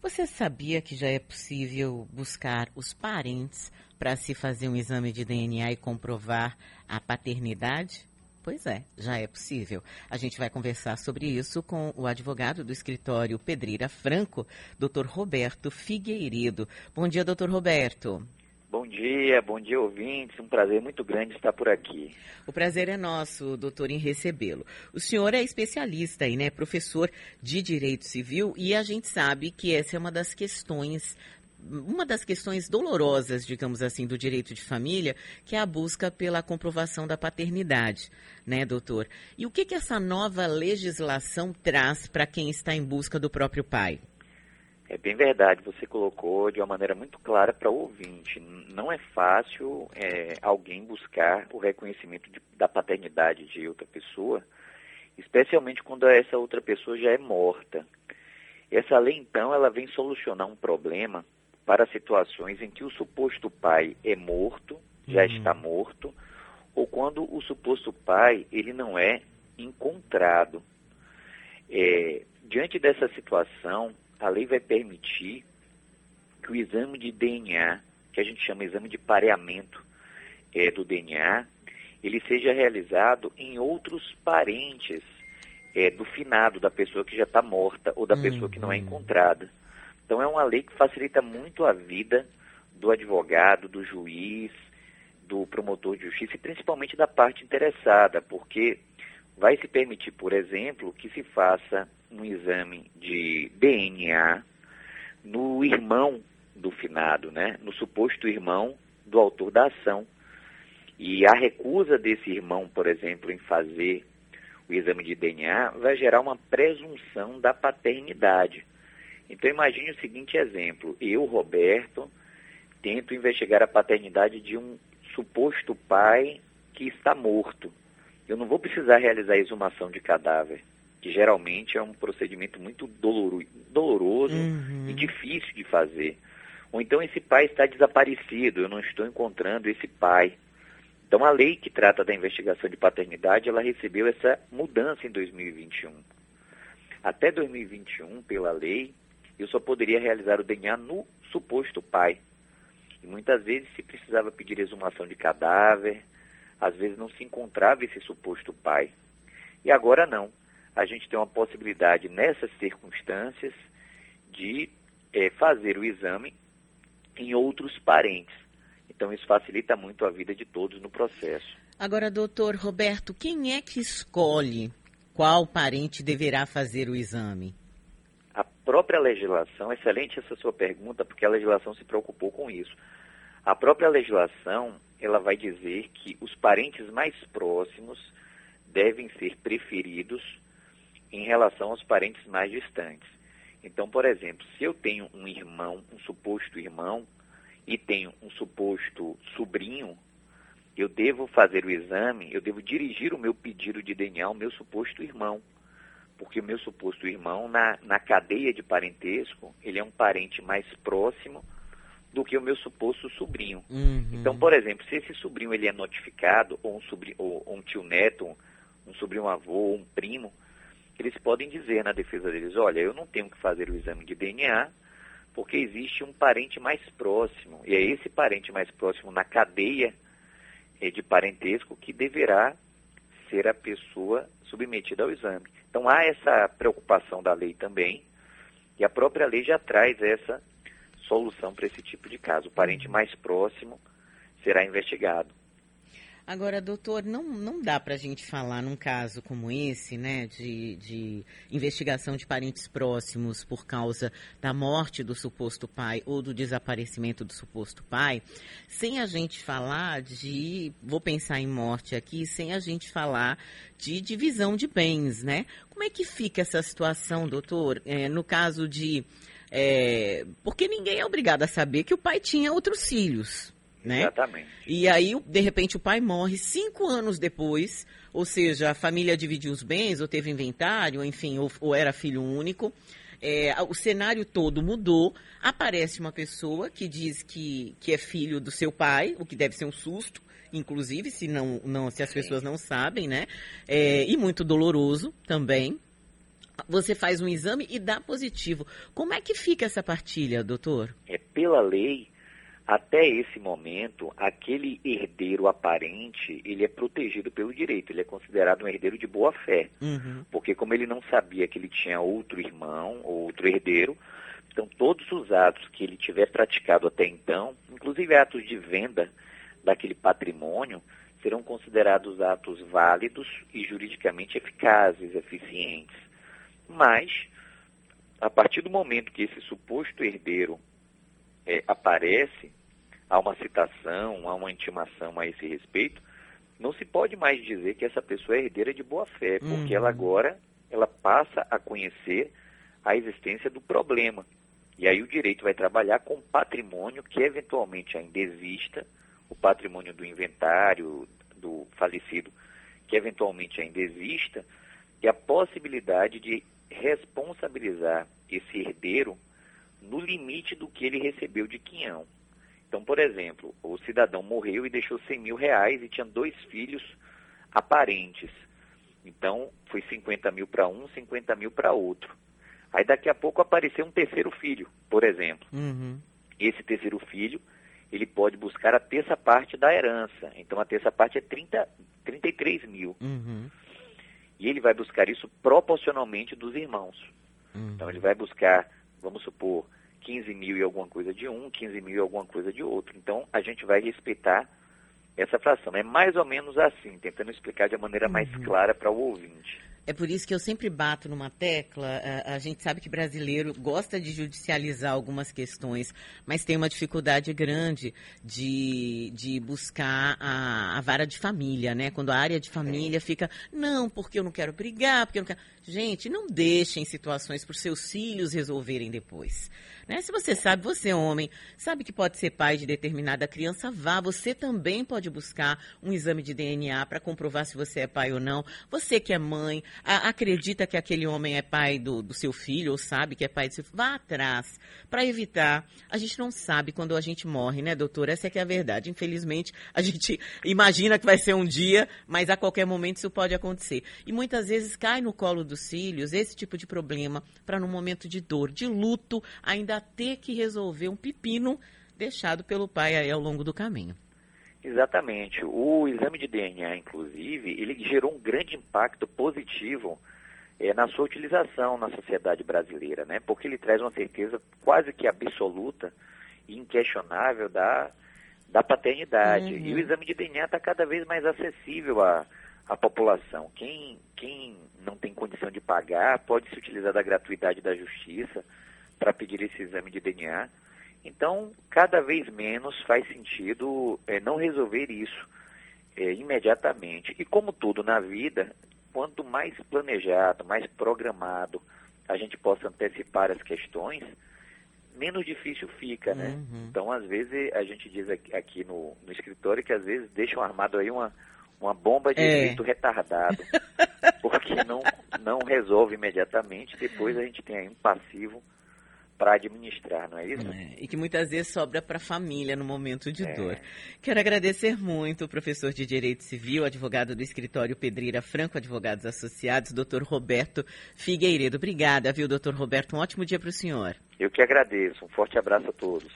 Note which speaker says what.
Speaker 1: Você sabia que já é possível buscar os parentes para se fazer um exame de DNA e comprovar a paternidade? Pois é, já é possível. A gente vai conversar sobre isso com o advogado do escritório Pedreira Franco, Dr. Roberto Figueiredo. Bom dia, Dr. Roberto.
Speaker 2: Bom dia, ouvintes. Um prazer muito grande estar por aqui.
Speaker 1: O prazer é nosso, doutor, em recebê-lo. O senhor é especialista aí, né? Professor de Direito Civil, e a gente sabe que essa é uma das questões dolorosas, digamos assim, do direito de família, que é a busca pela comprovação da paternidade, né, doutor? E o que essa nova legislação traz para quem está em busca do próprio pai?
Speaker 2: É bem verdade, você colocou de uma maneira muito clara para o ouvinte. Não é fácil alguém buscar o reconhecimento da paternidade de outra pessoa, especialmente quando essa outra pessoa já é morta. Essa lei, então, ela vem solucionar um problema para situações em que o suposto pai é morto, já está morto, ou quando o suposto pai ele não é encontrado. Diante dessa situação, a lei vai permitir que o exame de DNA, que a gente chama de exame de pareamento do DNA, ele seja realizado em outros parentes do finado, da pessoa que já está morta ou da pessoa que não é encontrada. Então é uma lei que facilita muito a vida do advogado, do juiz, do promotor de justiça e principalmente da parte interessada, porque vai se permitir, por exemplo, que se faça um exame de DNA no irmão do finado, né? No suposto irmão do autor da ação. E a recusa desse irmão, por exemplo, em fazer o exame de DNA vai gerar uma presunção da paternidade. Então imagine o seguinte exemplo: eu, Roberto, tento investigar a paternidade de um suposto pai que está morto. Eu não vou precisar realizar a exumação de cadáver, que geralmente é um procedimento muito doloroso e difícil de fazer. Ou então esse pai está desaparecido, eu não estou encontrando esse pai. Então a lei que trata da investigação de paternidade, ela recebeu essa mudança em 2021. Até 2021, pela lei, eu só poderia realizar o DNA no suposto pai. E muitas vezes se precisava pedir exumação de cadáver, às vezes não se encontrava esse suposto pai. E agora não. A gente tem uma possibilidade, nessas circunstâncias, de fazer o exame em outros parentes. Então isso facilita muito a vida de todos no processo.
Speaker 1: Agora, doutor Roberto, quem é que escolhe qual parente deverá fazer o exame?
Speaker 2: A própria legislação, excelente essa sua pergunta, porque a legislação se preocupou com isso. A própria legislação, ela vai dizer que os parentes mais próximos devem ser preferidos em relação aos parentes mais distantes. Então, por exemplo, se eu tenho um irmão, um suposto irmão, e tenho um suposto sobrinho, eu devo fazer o exame, eu devo dirigir o meu pedido de DNA ao meu suposto irmão. Porque o meu suposto irmão, na cadeia de parentesco, ele é um parente mais próximo do que o meu suposto sobrinho. Então, por exemplo, se esse sobrinho ele é notificado, ou um tio neto, um sobrinho avô, ou um primo, eles podem dizer na defesa deles: olha, eu não tenho que fazer o exame de DNA, porque existe um parente mais próximo, e é esse parente mais próximo na cadeia de parentesco que deverá ser a pessoa submetida ao exame. Então há essa preocupação da lei também, e a própria lei já traz essa solução para esse tipo de caso. O parente mais próximo será investigado.
Speaker 1: Agora, doutor, não dá para a gente falar num caso como esse, né, de investigação de parentes próximos por causa da morte do suposto pai ou do desaparecimento do suposto pai, sem a gente falar vou pensar em morte aqui, sem a gente falar de divisão de bens, né? Como é que fica essa situação, doutor, no caso porque ninguém é obrigado a saber que o pai tinha outros filhos, né?
Speaker 2: Exatamente.
Speaker 1: E aí, de repente, o pai morre 5 anos depois, ou seja, a família dividiu os bens, ou teve inventário, enfim, ou era filho único. O cenário todo mudou, aparece uma pessoa que diz que é filho do seu pai, o que deve ser um susto, inclusive, se as pessoas não sabem, né? E muito doloroso também. você faz um exame e dá positivo. Como é que fica essa partilha, doutor?
Speaker 2: Pela lei, até esse momento, aquele herdeiro aparente, ele é protegido pelo direito, ele é considerado um herdeiro de boa fé. Porque como ele não sabia que ele tinha outro irmão ou outro herdeiro, então todos os atos que ele tiver praticado até então, inclusive atos de venda daquele patrimônio, serão considerados atos válidos e juridicamente eficazes, eficientes. Mas, a partir do momento que esse suposto herdeiro aparece, há uma citação, há uma intimação a esse respeito, não se pode mais dizer que essa pessoa é herdeira de boa fé, porque ela agora passa a conhecer a existência do problema. E aí o direito vai trabalhar com patrimônio que eventualmente ainda exista, o patrimônio do inventário do falecido que eventualmente ainda exista, e a possibilidade de responsabilizar esse herdeiro no limite do que ele recebeu de quinhão. Então, por exemplo, o cidadão morreu e deixou R$100 mil e tinha 2 filhos aparentes. Então, foi 50 mil para um, 50 mil para outro. Aí daqui a pouco apareceu um terceiro filho, por exemplo. Esse terceiro filho, ele pode buscar a terça parte da herança. Então, a terça parte é 33 mil. E ele vai buscar isso proporcionalmente dos irmãos. Então, ele vai buscar, vamos supor, 15 mil e alguma coisa de um, 15 mil e alguma coisa de outro. Então, a gente vai respeitar essa fração. É mais ou menos assim, tentando explicar de uma maneira mais clara para o ouvinte.
Speaker 1: É por isso que eu sempre bato numa tecla. A gente sabe que brasileiro gosta de judicializar algumas questões, mas tem uma dificuldade grande de buscar a vara de família, né? Quando a área de família fica, não, porque eu não quero brigar, porque eu não quero... Gente, não deixem situações para os seus filhos resolverem depois. Né? Se você sabe, você é homem, sabe que pode ser pai de determinada criança, vá. Você também pode buscar um exame de DNA para comprovar se você é pai ou não. Você que é mãe, acredita que aquele homem é pai do seu filho, ou sabe que é pai do seu filho, vá atrás, para evitar. A gente não sabe quando a gente morre, né, doutora? Essa é que é a verdade. Infelizmente, a gente imagina que vai ser um dia, mas a qualquer momento isso pode acontecer. E muitas vezes cai no colo dos filhos esse tipo de problema, para num momento de dor, de luto, ainda ter que resolver um pepino deixado pelo pai aí ao longo do caminho.
Speaker 2: Exatamente. O exame de DNA, inclusive, ele gerou um grande impacto positivo na sua utilização na sociedade brasileira, né? Porque ele traz uma certeza quase que absoluta e inquestionável da paternidade. E o exame de DNA está cada vez mais acessível à população. Quem não tem condição de pagar pode se utilizar da gratuidade da justiça para pedir esse exame de DNA. Então, cada vez menos faz sentido não resolver isso imediatamente. E como tudo na vida, quanto mais planejado, mais programado a gente possa antecipar as questões, menos difícil fica, né? Então, às vezes, a gente diz aqui no escritório que às vezes deixam armado aí uma bomba de efeito retardado, porque não resolve imediatamente, depois a gente tem aí um passivo para administrar, não é isso?
Speaker 1: E que muitas vezes sobra para a família no momento de dor. Quero agradecer muito o professor de Direito Civil, advogado do escritório Pedreira Franco Advogados Associados, doutor Roberto Figueiredo. Obrigada, viu, doutor Roberto? Um ótimo dia para o senhor.
Speaker 2: Eu que agradeço. Um forte abraço a todos.